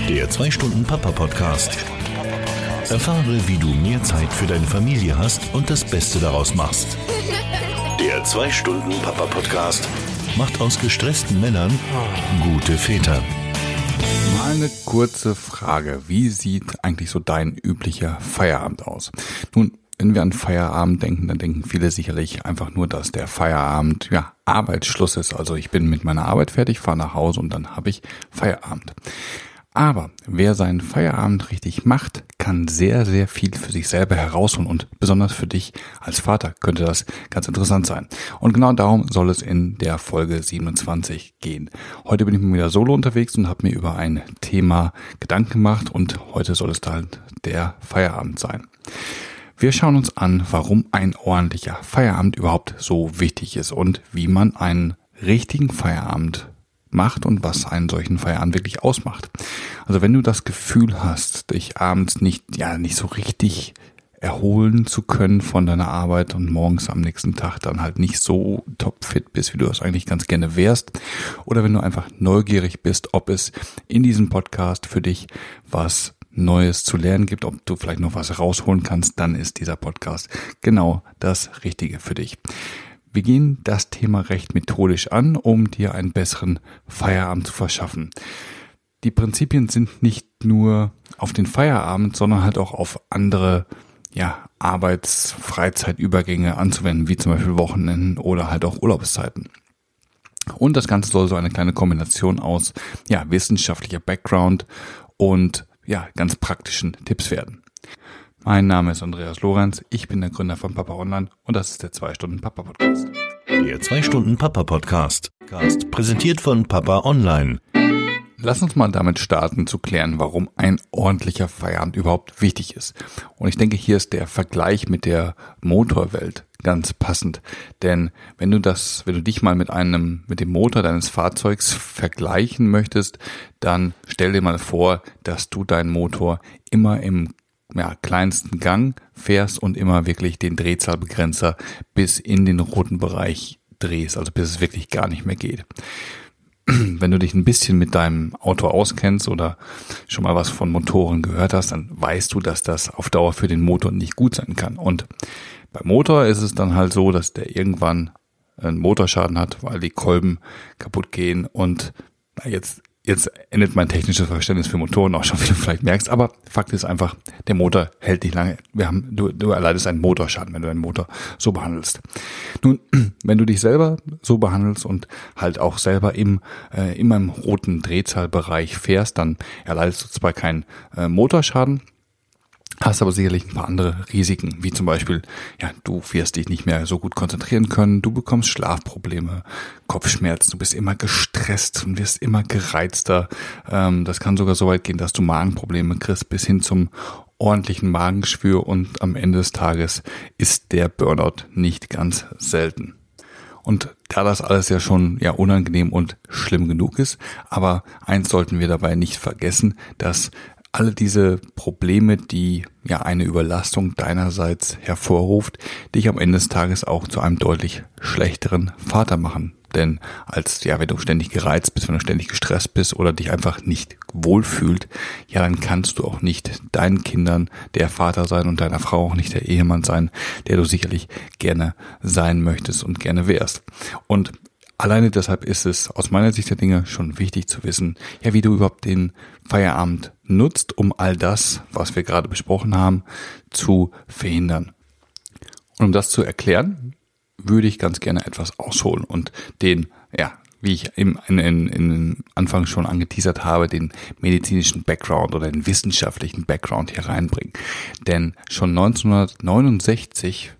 Der 2-Stunden-Papa-Podcast. Erfahre, wie du mehr Zeit für deine Familie hast und das Beste daraus machst. Der 2-Stunden-Papa-Podcast macht aus gestressten Männern gute Väter. Mal eine kurze Frage. Wie sieht eigentlich so dein üblicher Feierabend aus? Nun, wenn wir an Feierabend denken, dann denken viele sicherlich einfach nur, dass der Feierabend Arbeitsschluss ist. Also ich bin mit meiner Arbeit fertig, fahre nach Hause und dann habe ich Feierabend. Aber wer seinen Feierabend richtig macht, kann sehr, sehr viel für sich selber herausholen und besonders für dich als Vater könnte das ganz interessant sein. Und genau darum soll es in der Folge 27 gehen. Heute bin ich mal wieder solo unterwegs und habe mir über ein Thema Gedanken gemacht und heute soll es halt der Feierabend sein. Wir schauen uns an, warum ein ordentlicher Feierabend überhaupt so wichtig ist und wie man einen richtigen Feierabend macht und was einen solchen Feierabend wirklich ausmacht. Also wenn du das Gefühl hast, dich abends nicht so richtig erholen zu können von deiner Arbeit und morgens am nächsten Tag dann halt nicht so topfit bist, wie du das eigentlich ganz gerne wärst, oder wenn du einfach neugierig bist, ob es in diesem Podcast für dich was Neues zu lernen gibt, ob du vielleicht noch was rausholen kannst, dann ist dieser Podcast genau das Richtige für dich. Wir gehen das Thema recht methodisch an, um dir einen besseren Feierabend zu verschaffen. Die Prinzipien sind nicht nur auf den Feierabend, sondern halt auch auf andere Arbeits-Freizeitübergänge anzuwenden, wie zum Beispiel Wochenenden oder halt auch Urlaubszeiten. Und das Ganze soll so eine kleine Kombination aus wissenschaftlicher Background und ganz praktischen Tipps werden. Mein Name ist Andreas Lorenz, ich bin der Gründer von Papa Online und das ist der 2-Stunden-Papa-Podcast. Der 2-Stunden-Papa-Podcast, präsentiert von Papa Online. Lass uns mal damit starten zu klären, warum ein ordentlicher Feierabend überhaupt wichtig ist. Und ich denke, hier ist der Vergleich mit der Motorwelt ganz passend. Denn wenn du dich mal mit dem Motor deines Fahrzeugs vergleichen möchtest, dann stell dir mal vor, dass du deinen Motor immer im kleinsten Gang fährst und immer wirklich den Drehzahlbegrenzer bis in den roten Bereich drehst, also bis es wirklich gar nicht mehr geht. Wenn du dich ein bisschen mit deinem Auto auskennst oder schon mal was von Motoren gehört hast, dann weißt du, dass das auf Dauer für den Motor nicht gut sein kann. Und beim Motor ist es dann halt so, dass der irgendwann einen Motorschaden hat, weil die Kolben kaputt gehen und jetzt endet mein technisches Verständnis für Motoren auch schon, wie du vielleicht merkst. Aber Fakt ist einfach, der Motor hält nicht lange. Du erleidest einen Motorschaden, wenn du deinen Motor so behandelst. Nun, wenn du dich selber so behandelst und halt auch selber immer im roten Drehzahlbereich fährst, dann erleidest du zwar keinen Motorschaden, hast aber sicherlich ein paar andere Risiken, wie zum Beispiel, du wirst dich nicht mehr so gut konzentrieren können, du bekommst Schlafprobleme, Kopfschmerzen, du bist immer gestresst und wirst immer gereizter. Das kann sogar so weit gehen, dass du Magenprobleme kriegst, bis hin zum ordentlichen Magengeschwür und am Ende des Tages ist der Burnout nicht ganz selten. Und da das alles ja schon unangenehm und schlimm genug ist, aber eins sollten wir dabei nicht vergessen, dass alle diese Probleme, die eine Überlastung deinerseits hervorruft, dich am Ende des Tages auch zu einem deutlich schlechteren Vater machen. Denn wenn du ständig gereizt bist, wenn du ständig gestresst bist oder dich einfach nicht wohlfühlt, dann kannst du auch nicht deinen Kindern der Vater sein und deiner Frau auch nicht der Ehemann sein, der du sicherlich gerne sein möchtest und gerne wärst. Und alleine deshalb ist es aus meiner Sicht der Dinge schon wichtig zu wissen, wie du überhaupt den Feierabend nutzt, um all das, was wir gerade besprochen haben, zu verhindern. Und um das zu erklären, würde ich ganz gerne etwas ausholen und den, wie ich im Anfang schon angeteasert habe, den medizinischen Background oder den wissenschaftlichen Background hier reinbringen. Denn schon 1996,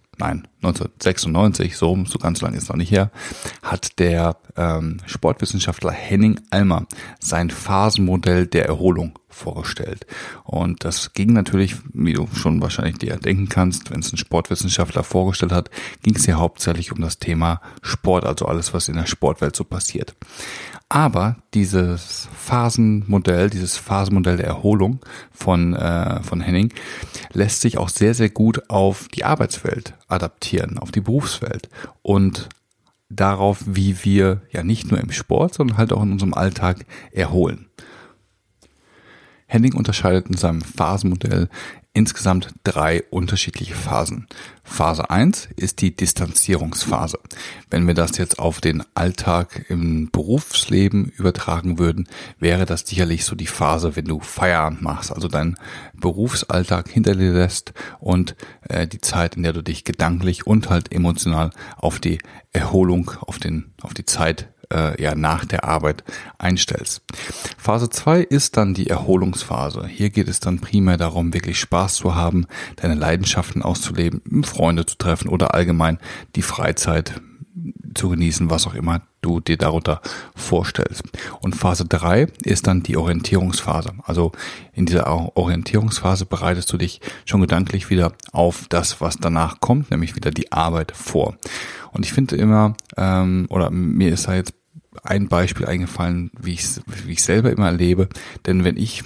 so ganz lange ist es noch nicht her, hat der Sportwissenschaftler Henning Almer sein Phasenmodell der Erholung vorgestellt. Und das ging natürlich, wie du schon wahrscheinlich dir denken kannst, wenn es ein Sportwissenschaftler vorgestellt hat, ging es ja hauptsächlich um das Thema Sport, also alles, was in der Sportwelt so passiert. Aber dieses Phasenmodell der Erholung von Henning lässt sich auch sehr, sehr gut auf die Arbeitswelt adaptieren, auf die Berufswelt und darauf, wie wir nicht nur im Sport, sondern halt auch in unserem Alltag erholen. Henning unterscheidet in seinem Phasenmodell insgesamt 3 unterschiedliche Phasen. Phase 1 ist die Distanzierungsphase. Wenn wir das jetzt auf den Alltag im Berufsleben übertragen würden, wäre das sicherlich so die Phase, wenn du Feierabend machst, also deinen Berufsalltag hinter dir lässt und die Zeit, in der du dich gedanklich und halt emotional auf die Erholung, auf die Zeit nach der Arbeit einstellst. Phase 2 ist dann die Erholungsphase. Hier geht es dann primär darum, wirklich Spaß zu haben, deine Leidenschaften auszuleben, Freunde zu treffen oder allgemein die Freizeit zu genießen, was auch immer du dir darunter vorstellst. Und Phase 3 ist dann die Orientierungsphase. Also in dieser Orientierungsphase bereitest du dich schon gedanklich wieder auf das, was danach kommt, nämlich wieder die Arbeit vor. Und ich finde immer, oder mir ist da jetzt ein Beispiel eingefallen, wie ich selber immer erlebe, denn wenn ich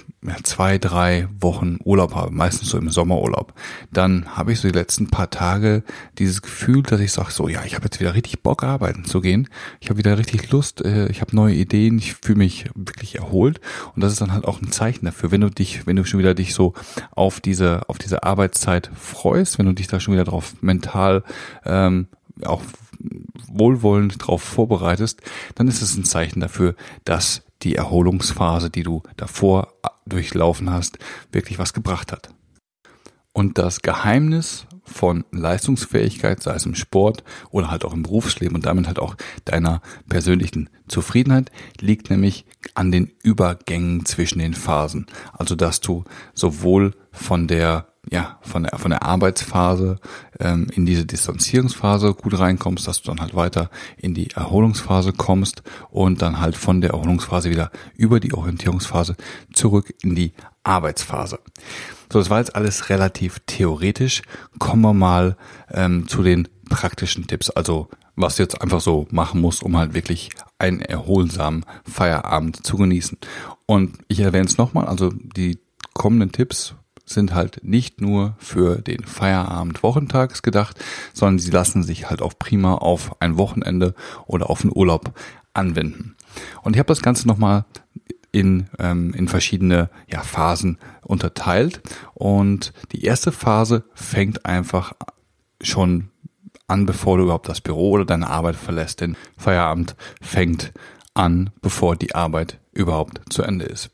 2-3 Wochen Urlaub habe, meistens so im Sommerurlaub, dann habe ich so die letzten paar Tage dieses Gefühl, dass ich sage so, ja, ich habe jetzt wieder richtig Bock, arbeiten zu gehen, ich habe wieder richtig Lust, ich habe neue Ideen, ich fühle mich wirklich erholt und das ist dann halt auch ein Zeichen dafür, wenn du schon wieder dich so auf diese Arbeitszeit freust, wenn du dich da schon wieder drauf mental auch wohlwollend darauf vorbereitest, dann ist es ein Zeichen dafür, dass die Erholungsphase, die du davor durchlaufen hast, wirklich was gebracht hat. Und das Geheimnis von Leistungsfähigkeit, sei es im Sport oder halt auch im Berufsleben und damit halt auch deiner persönlichen Zufriedenheit, liegt nämlich an den Übergängen zwischen den Phasen. Also dass du sowohl von der Arbeitsphase in diese Distanzierungsphase gut reinkommst, dass du dann halt weiter in die Erholungsphase kommst und dann halt von der Erholungsphase wieder über die Orientierungsphase zurück in die Arbeitsphase. So, das war jetzt alles relativ theoretisch. Kommen wir mal zu den praktischen Tipps, also was du jetzt einfach so machen musst, um halt wirklich einen erholsamen Feierabend zu genießen. Und ich erwähne es nochmal, also die kommenden Tipps sind halt nicht nur für den Feierabend wochentags gedacht, sondern sie lassen sich halt auch prima auf ein Wochenende oder auf einen Urlaub anwenden. Und ich habe das Ganze nochmal in verschiedene Phasen unterteilt. Und die erste Phase fängt einfach schon an, bevor du überhaupt das Büro oder deine Arbeit verlässt. Denn Feierabend fängt an, bevor die Arbeit überhaupt zu Ende ist.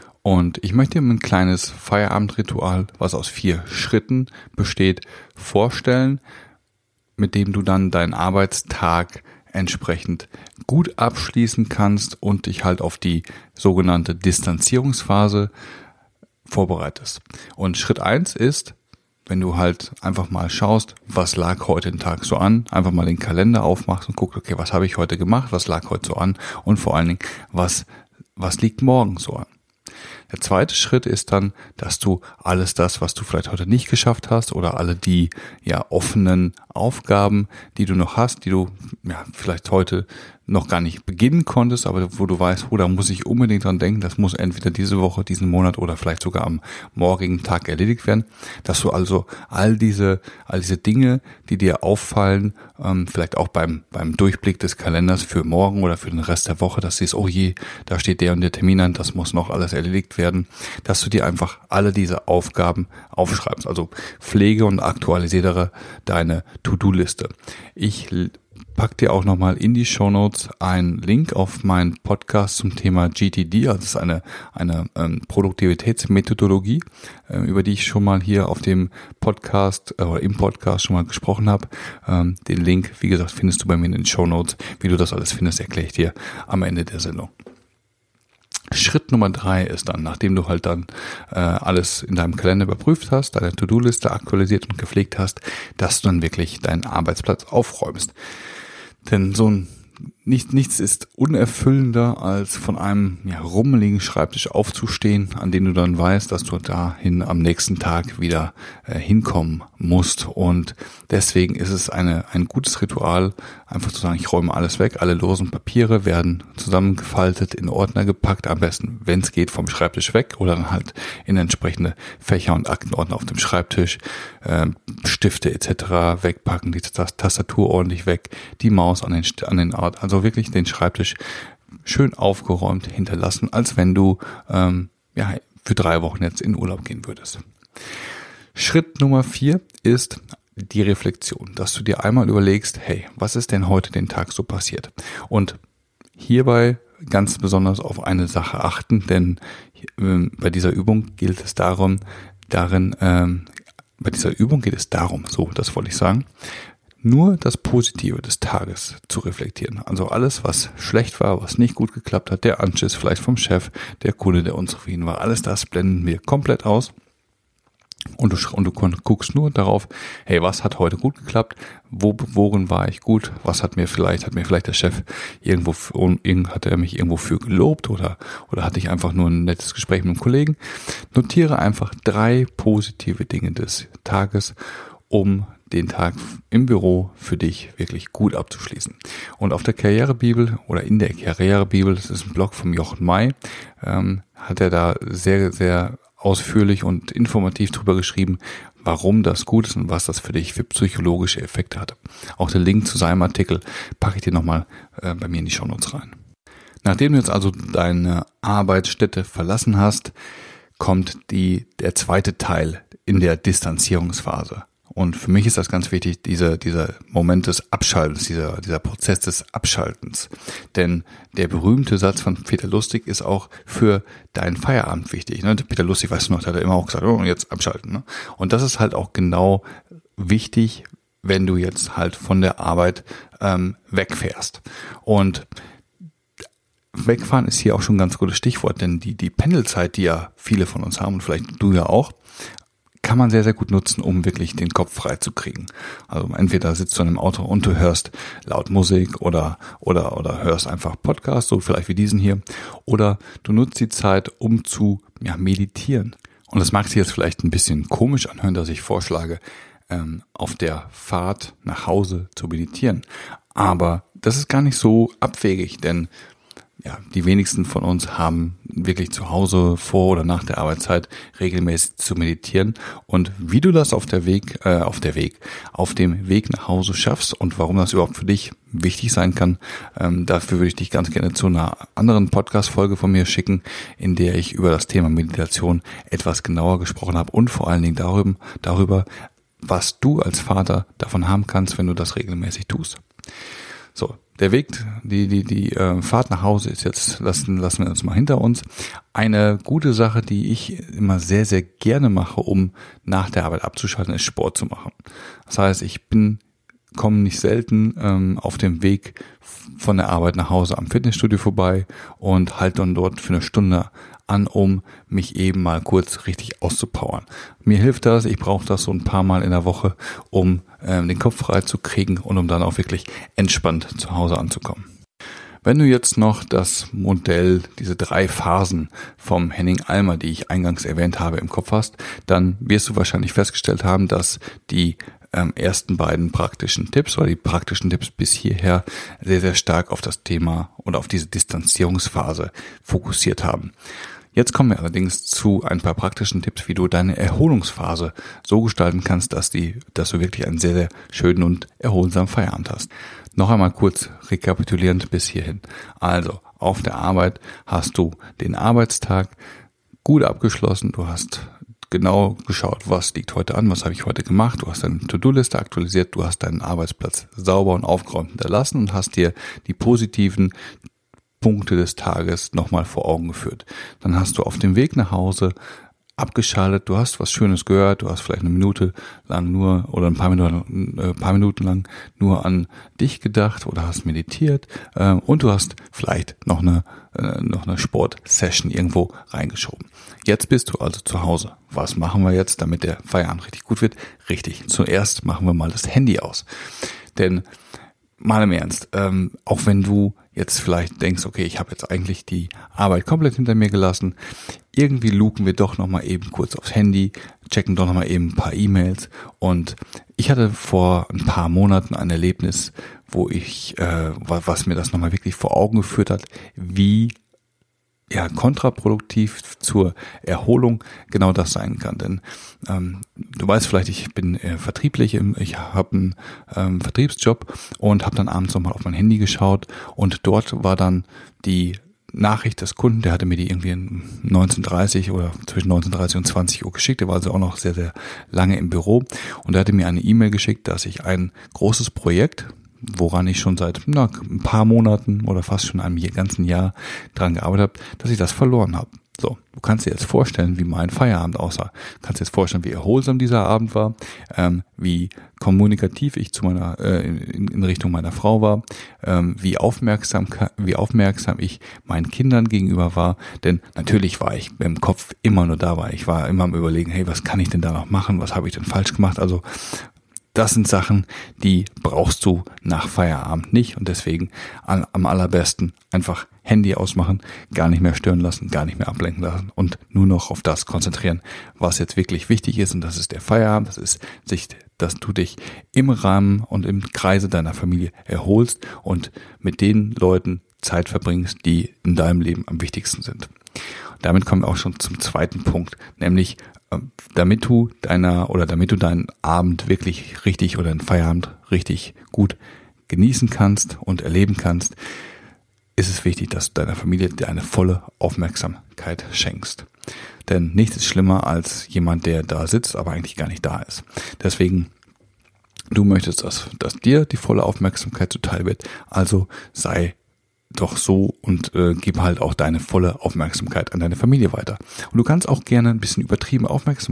Und ich möchte dir ein kleines Feierabendritual, was aus 4 Schritten besteht, vorstellen, mit dem du dann deinen Arbeitstag entsprechend gut abschließen kannst und dich halt auf die sogenannte Distanzierungsphase vorbereitest. Und Schritt 1 ist, wenn du halt einfach mal schaust, was lag heute den Tag so an, einfach mal den Kalender aufmachst und guckst, okay, was habe ich heute gemacht, was lag heute so an und vor allen Dingen, was liegt morgen so an. Der zweite Schritt ist dann, dass du alles das, was du vielleicht heute nicht geschafft hast oder alle die offenen Aufgaben, die du noch hast, die du vielleicht heute noch gar nicht beginnen konntest, aber wo du weißt, da muss ich unbedingt dran denken, das muss entweder diese Woche, diesen Monat oder vielleicht sogar am morgigen Tag erledigt werden, dass du also all diese Dinge, die dir auffallen, vielleicht auch beim Durchblick des Kalenders für morgen oder für den Rest der Woche, dass du siehst, oh je, da steht der und der Termin an, das muss noch alles erledigt werden, dass du dir einfach alle diese Aufgaben aufschreibst. Also pflege und aktualisiere deine To-Do-Liste. Ich pack dir auch nochmal in die Shownotes einen Link auf meinen Podcast zum Thema GTD, also das ist eine Produktivitätsmethodologie, über die ich schon mal hier auf dem Podcast oder im Podcast schon mal gesprochen habe. Den Link, wie gesagt, findest du bei mir in den Shownotes. Wie du das alles findest, erkläre ich dir am Ende der Sendung. Schritt Nummer 3 ist dann, nachdem du halt dann alles in deinem Kalender überprüft hast, deine To-Do-Liste aktualisiert und gepflegt hast, dass du dann wirklich deinen Arbeitsplatz aufräumst. Denn nichts ist unerfüllender, als von einem rummeligen Schreibtisch aufzustehen, an dem du dann weißt, dass du dahin am nächsten Tag wieder hinkommen musst. Und deswegen ist es ein gutes Ritual, einfach zu sagen, ich räume alles weg, alle losen Papiere werden zusammengefaltet, in Ordner gepackt, am besten, wenn es geht, vom Schreibtisch weg oder dann halt in entsprechende Fächer und Aktenordner auf dem Schreibtisch, Stifte etc. wegpacken, die Tastatur ordentlich weg, die Maus an den Ort, also wirklich den Schreibtisch schön aufgeräumt hinterlassen, als wenn du für 3 Wochen jetzt in Urlaub gehen würdest. Schritt Nummer 4 ist die Reflexion, dass du dir einmal überlegst, hey, was ist denn heute den Tag so passiert? Und hierbei ganz besonders auf eine Sache achten, denn bei dieser Übung geht es darum, nur das Positive des Tages zu reflektieren. Also alles, was schlecht war, was nicht gut geklappt hat, der Anschiss vielleicht vom Chef, der Kunde, der unzufrieden war, alles das blenden wir komplett aus. Und du guckst nur darauf, hey, was hat heute gut geklappt? Worin war ich gut? Hat mir vielleicht der Chef hat er mich irgendwo für gelobt oder hatte ich einfach nur ein nettes Gespräch mit einem Kollegen? Notiere einfach 3 positive Dinge des Tages, um den Tag im Büro für dich wirklich gut abzuschließen. Und auf der Karrierebibel oder in der Karrierebibel, das ist ein Blog vom Jochen May, hat er da sehr, sehr ausführlich und informativ drüber geschrieben, warum das gut ist und was das für dich für psychologische Effekte hat. Auch den Link zu seinem Artikel packe ich dir nochmal bei mir in die Shownotes rein. Nachdem du jetzt also deine Arbeitsstätte verlassen hast, kommt der zweite Teil in der Distanzierungsphase. Und für mich ist das ganz wichtig, dieser Moment des Abschaltens, dieser Prozess des Abschaltens. Denn der berühmte Satz von Peter Lustig ist auch für deinen Feierabend wichtig. Ne? Peter Lustig, weißt du noch, der hat immer auch gesagt, oh, jetzt abschalten. Ne? Und das ist halt auch genau wichtig, wenn du jetzt halt von der Arbeit wegfährst. Und wegfahren ist hier auch schon ein ganz gutes Stichwort, denn die Pendelzeit, die ja viele von uns haben und vielleicht du ja auch, kann man sehr, sehr gut nutzen, um wirklich den Kopf frei zu kriegen. Also entweder sitzt du in einem Auto und du hörst laut Musik oder hörst einfach Podcasts, so vielleicht wie diesen hier, oder du nutzt die Zeit, um zu meditieren. Und das mag sich jetzt vielleicht ein bisschen komisch anhören, dass ich vorschlage, auf der Fahrt nach Hause zu meditieren. Aber das ist gar nicht so abwegig, denn die wenigsten von uns haben wirklich zu Hause vor oder nach der Arbeitszeit regelmäßig zu meditieren. Und wie du das auf dem Weg nach Hause schaffst und warum das überhaupt für dich wichtig sein kann, dafür würde ich dich ganz gerne zu einer anderen Podcast-Folge von mir schicken, in der ich über das Thema Meditation etwas genauer gesprochen habe und vor allen Dingen darüber, was du als Vater davon haben kannst, wenn du das regelmäßig tust. So, der Weg, die Fahrt nach Hause ist jetzt, lassen wir uns mal hinter uns. Eine gute Sache, die ich immer sehr, sehr gerne mache, um nach der Arbeit abzuschalten, ist Sport zu machen. Das heißt, ich komme nicht selten auf dem Weg von der Arbeit nach Hause am Fitnessstudio vorbei und halte dann dort für eine Stunde an, um mich eben mal kurz richtig auszupowern. Mir hilft das, ich brauche das so ein paar Mal in der Woche, um den Kopf frei zu kriegen und um dann auch wirklich entspannt zu Hause anzukommen. Wenn du jetzt noch das Modell, diese 3 Phasen vom Henning Almer, die ich eingangs erwähnt habe, im Kopf hast, dann wirst du wahrscheinlich festgestellt haben, dass die ersten beiden praktischen Tipps oder die praktischen Tipps bis hierher sehr, sehr stark auf das Thema oder auf diese Distanzierungsphase fokussiert haben. Jetzt kommen wir allerdings zu ein paar praktischen Tipps, wie du deine Erholungsphase so gestalten kannst, dass du wirklich einen sehr, sehr schönen und erholsamen Feierabend hast. Noch einmal kurz rekapitulierend bis hierhin. Also, auf der Arbeit hast du den Arbeitstag gut abgeschlossen, du hast genau geschaut, was liegt heute an, was habe ich heute gemacht, du hast deine To-Do-Liste aktualisiert, du hast deinen Arbeitsplatz sauber und aufgeräumt hinterlassen und hast dir die positiven Punkte des Tages nochmal vor Augen geführt. Dann hast du auf dem Weg nach Hause abgeschaltet, du hast was Schönes gehört, du hast vielleicht eine Minute lang nur oder ein paar Minuten lang nur an dich gedacht oder hast meditiert und du hast vielleicht noch eine Sportsession irgendwo reingeschoben. Jetzt bist du also zu Hause. Was machen wir jetzt, damit der Feierabend richtig gut wird? Richtig, zuerst machen wir mal das Handy aus. Denn mal im Ernst, auch wenn du jetzt vielleicht denkst, okay, ich habe jetzt eigentlich die Arbeit komplett hinter mir gelassen, irgendwie luken wir doch nochmal eben kurz aufs Handy, checken doch nochmal eben ein paar E-Mails und ich hatte vor ein paar Monaten ein Erlebnis, wo was mir das nochmal wirklich vor Augen geführt hat, wie kontraproduktiv zur Erholung genau das sein kann. Denn du weißt vielleicht, ich bin vertrieblich, ich habe einen Vertriebsjob und habe dann abends nochmal auf mein Handy geschaut und dort war dann die Nachricht des Kunden, der hatte mir die irgendwie 19:30 oder zwischen 19:30 und 20 Uhr geschickt. Der war also auch noch sehr, sehr lange im Büro und er hatte mir eine E-Mail geschickt, dass ich ein großes Projekt, woran ich schon seit ein paar Monaten oder fast schon einem ganzen Jahr dran gearbeitet habe, dass ich das verloren habe. So, du kannst dir jetzt vorstellen, wie mein Feierabend aussah. Du kannst dir jetzt vorstellen, wie erholsam dieser Abend war, wie kommunikativ ich zu meiner in Richtung meiner Frau war, wie aufmerksam ich meinen Kindern gegenüber war. Denn natürlich war ich im Kopf immer nur dabei. Ich war immer am Überlegen, hey, was kann ich denn da noch machen? Was habe ich denn falsch gemacht? Also das sind Sachen, die brauchst du nach Feierabend nicht und deswegen am allerbesten einfach Handy ausmachen, gar nicht mehr stören lassen, gar nicht mehr ablenken lassen und nur noch auf das konzentrieren, was jetzt wirklich wichtig ist und das ist der Feierabend, das ist, dass du dich im Rahmen und im Kreise deiner Familie erholst und mit den Leuten Zeit verbringst, die in deinem Leben am wichtigsten sind. Damit kommen wir auch schon zum zweiten Punkt, nämlich damit du deinen Abend wirklich richtig oder deinen Feierabend richtig gut genießen kannst und erleben kannst, ist es wichtig, dass du deiner Familie eine volle Aufmerksamkeit schenkst. Denn nichts ist schlimmer als jemand, der da sitzt, aber eigentlich gar nicht da ist. Deswegen, du möchtest, dass dir die volle Aufmerksamkeit zuteil wird, also sei doch so und gib halt auch deine volle Aufmerksamkeit an deine Familie weiter. Und du kannst auch gerne ein bisschen übertrieben aufmerksam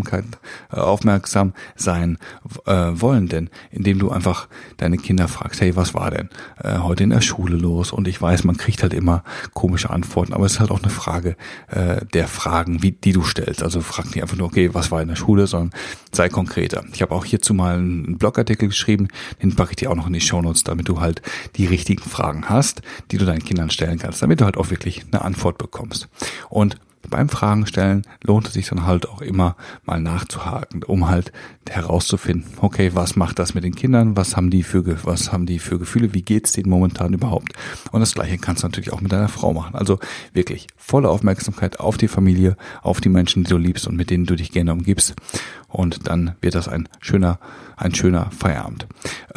sein wollen, denn indem du einfach deine Kinder fragst, hey, was war denn heute in der Schule los? Und ich weiß, man kriegt halt immer komische Antworten, aber es ist halt auch eine Frage der Fragen, die du stellst. Also frag nicht einfach nur, okay, was war in der Schule, sondern sei konkreter. Ich habe auch hierzu mal einen Blogartikel geschrieben, den packe ich dir auch noch in die Shownotes, damit du halt die richtigen Fragen hast, die du deinen Kindern stellen kannst, damit du halt auch wirklich eine Antwort bekommst. Und beim Fragen stellen lohnt es sich dann halt auch immer mal nachzuhaken, um halt herauszufinden, okay, was macht das mit den Kindern, was haben die für Gefühle, wie geht's denen momentan überhaupt? Und das Gleiche kannst du natürlich auch mit deiner Frau machen. Also wirklich volle Aufmerksamkeit auf die Familie, auf die Menschen, die du liebst und mit denen du dich gerne umgibst. Und dann wird das ein schöner Feierabend.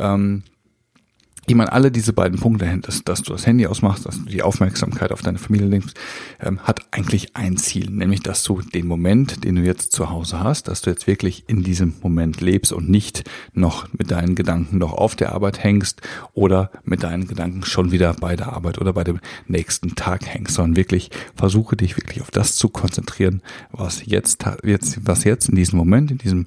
Ich meine, alle diese beiden Punkte, dass du das Handy ausmachst, dass du die Aufmerksamkeit auf deine Familie lenkst, hat eigentlich ein Ziel, nämlich, dass du den Moment, den du jetzt zu Hause hast, dass du jetzt wirklich in diesem Moment lebst und nicht noch mit deinen Gedanken noch auf der Arbeit hängst oder mit deinen Gedanken schon wieder bei der Arbeit oder bei dem nächsten Tag hängst, sondern wirklich versuche dich wirklich auf das zu konzentrieren, was jetzt in diesem Moment, in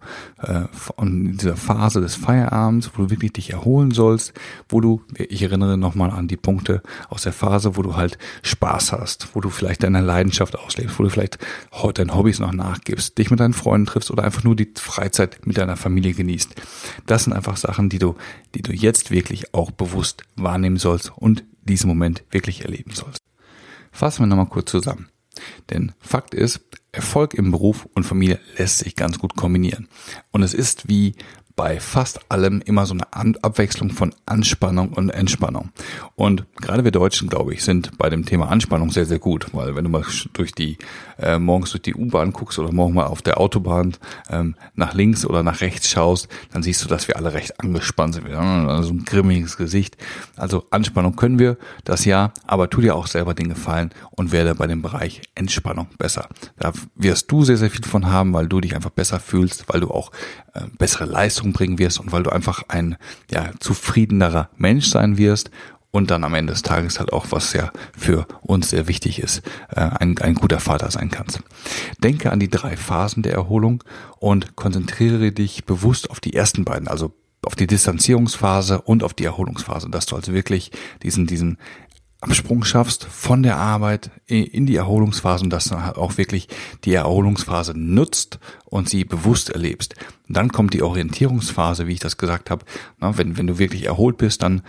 dieser Phase des Feierabends, wo du wirklich dich erholen sollst, ich erinnere nochmal an die Punkte aus der Phase, wo du halt Spaß hast, wo du vielleicht deine Leidenschaft auslebst, wo du vielleicht deinen Hobbys noch nachgibst, dich mit deinen Freunden triffst oder einfach nur die Freizeit mit deiner Familie genießt. Das sind einfach Sachen, die du jetzt wirklich auch bewusst wahrnehmen sollst und diesen Moment wirklich erleben sollst. Fassen wir nochmal kurz zusammen. Denn Fakt ist, Erfolg im Beruf und Familie lässt sich ganz gut kombinieren. Und es ist wie bei fast allem immer so eine Abwechslung von Anspannung und Entspannung. Und gerade wir Deutschen, glaube ich, sind bei dem Thema Anspannung sehr, sehr gut, weil wenn du mal morgens durch die U-Bahn guckst oder morgen mal auf der Autobahn nach links oder nach rechts schaust, dann siehst du, dass wir alle recht angespannt sind. Wir haben also ein grimmiges Gesicht. Also Anspannung können wir, das ja, aber tu dir auch selber den Gefallen und werde bei dem Bereich Entspannung besser. Da wirst du sehr, sehr viel von haben, weil du dich einfach besser fühlst, weil du auch bessere Leistung bringen wirst und weil du einfach ein zufriedenerer Mensch sein wirst und dann am Ende des Tages halt auch, was ja für uns sehr wichtig ist, ein guter Vater sein kannst. Denke an die 3 Phasen der Erholung und konzentriere dich bewusst auf die ersten beiden, also auf die Distanzierungsphase und auf die Erholungsphase, dass du also wirklich diesen Absprung schaffst von der Arbeit in die Erholungsphase und dass du auch wirklich die Erholungsphase nutzt und sie bewusst erlebst. Und dann kommt die Orientierungsphase, wie ich das gesagt habe. Na, wenn du wirklich erholt bist, dann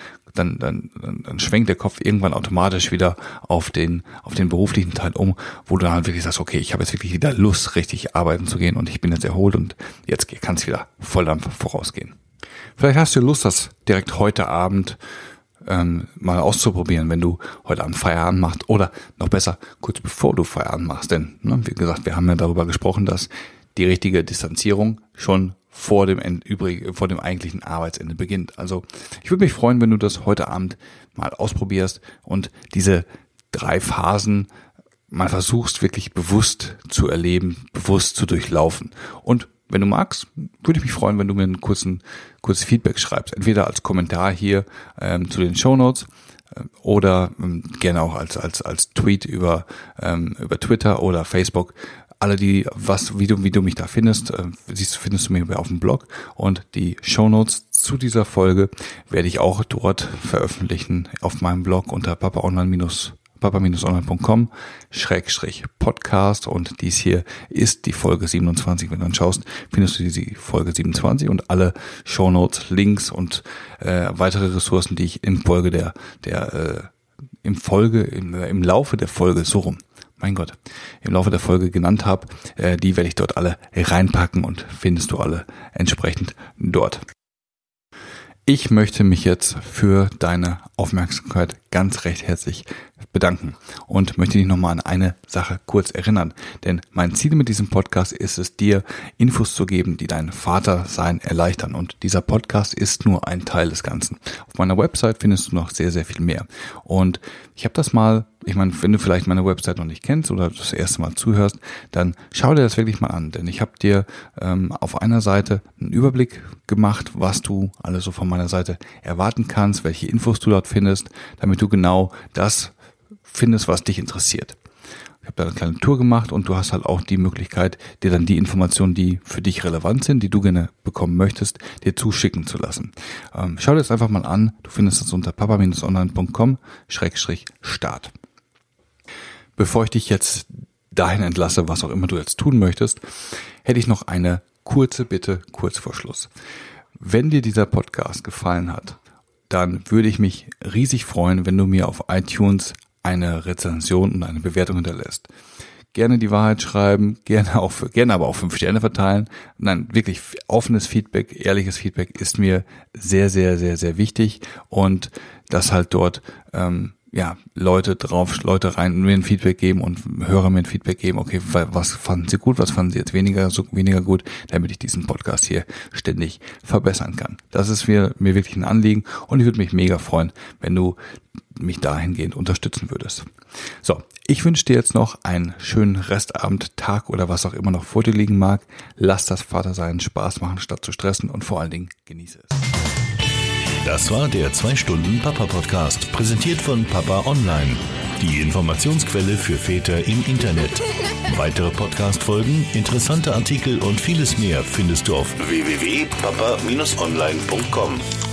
schwenkt der Kopf irgendwann automatisch wieder auf den beruflichen Teil um, wo du dann halt wirklich sagst, okay, ich habe jetzt wirklich wieder Lust, richtig arbeiten zu gehen und ich bin jetzt erholt und jetzt kann es wieder Volldampf vorausgehen. Vielleicht hast du Lust, das direkt heute Abend mal auszuprobieren, wenn du heute Abend Feierabend machst oder noch besser, kurz bevor du Feierabend machst. Denn, wie gesagt, wir haben ja darüber gesprochen, dass die richtige Distanzierung schon vor dem eigentlichen Arbeitsende beginnt. Also ich würde mich freuen, wenn du das heute Abend mal ausprobierst und diese 3 Phasen mal versuchst, wirklich bewusst zu erleben, bewusst zu durchlaufen. Und wenn du magst, würde ich mich freuen, wenn du mir ein kurzes Feedback schreibst. Entweder als Kommentar hier zu den Shownotes oder gerne auch als Tweet über Twitter oder Facebook. Alle wie du mich da findest, findest du mir auf dem Blog, und die Shownotes zu dieser Folge werde ich auch dort veröffentlichen auf meinem Blog unter papa-online.com/podcast, und dies hier ist die Folge 27. Wenn du dann schaust, findest du die Folge 27 und alle Shownotes, Links und weitere Ressourcen, die ich im Laufe der Folge im Laufe der Folge genannt habe, die werde ich dort alle reinpacken und findest du alle entsprechend dort. Ich möchte mich jetzt für deine Aufmerksamkeit ganz recht herzlich bedanken und möchte dich nochmal an eine Sache kurz erinnern. Denn mein Ziel mit diesem Podcast ist es, dir Infos zu geben, die dein Vatersein erleichtern. Und dieser Podcast ist nur ein Teil des Ganzen. Auf meiner Website findest du noch sehr, sehr viel mehr. Und ich habe wenn du vielleicht meine Website noch nicht kennst oder das erste Mal zuhörst, dann schau dir das wirklich mal an. Denn ich habe dir auf einer Seite einen Überblick gemacht, was du alles so von meiner Seite erwarten kannst, welche Infos du dort findest, damit du genau das findest, was dich interessiert. Ich habe da eine kleine Tour gemacht und du hast halt auch die Möglichkeit, dir dann die Informationen, die für dich relevant sind, die du gerne bekommen möchtest, dir zuschicken zu lassen. Schau dir das einfach mal an. Du findest das unter papa-online.com/start. Bevor ich dich jetzt dahin entlasse, was auch immer du jetzt tun möchtest, hätte ich noch eine kurze Bitte, kurz vor Schluss. Wenn dir dieser Podcast gefallen hat, dann würde ich mich riesig freuen, wenn du mir auf iTunes eine Rezension und eine Bewertung hinterlässt. Gerne die Wahrheit schreiben, gerne aber auch 5 Sterne verteilen. Nein, wirklich offenes Feedback, ehrliches Feedback ist mir sehr, sehr, sehr, sehr wichtig, und dass halt dort Leute rein mir ein Feedback geben und Hörer mir ein Feedback geben, okay, was fanden sie gut, was fanden sie jetzt weniger gut, damit ich diesen Podcast hier ständig verbessern kann. Das ist mir wirklich ein Anliegen, und ich würde mich mega freuen, wenn du mich dahingehend unterstützen würdest. So, ich wünsche dir jetzt noch einen schönen Restabend, Tag oder was auch immer noch vor dir liegen mag. Lass das Vatersein Spaß machen, statt zu stressen, und vor allen Dingen genieße es. Das war der 2-Stunden-Papa-Podcast, präsentiert von Papa Online, die Informationsquelle für Väter im Internet. Weitere Podcast-Folgen, interessante Artikel und vieles mehr findest du auf www.papa-online.com.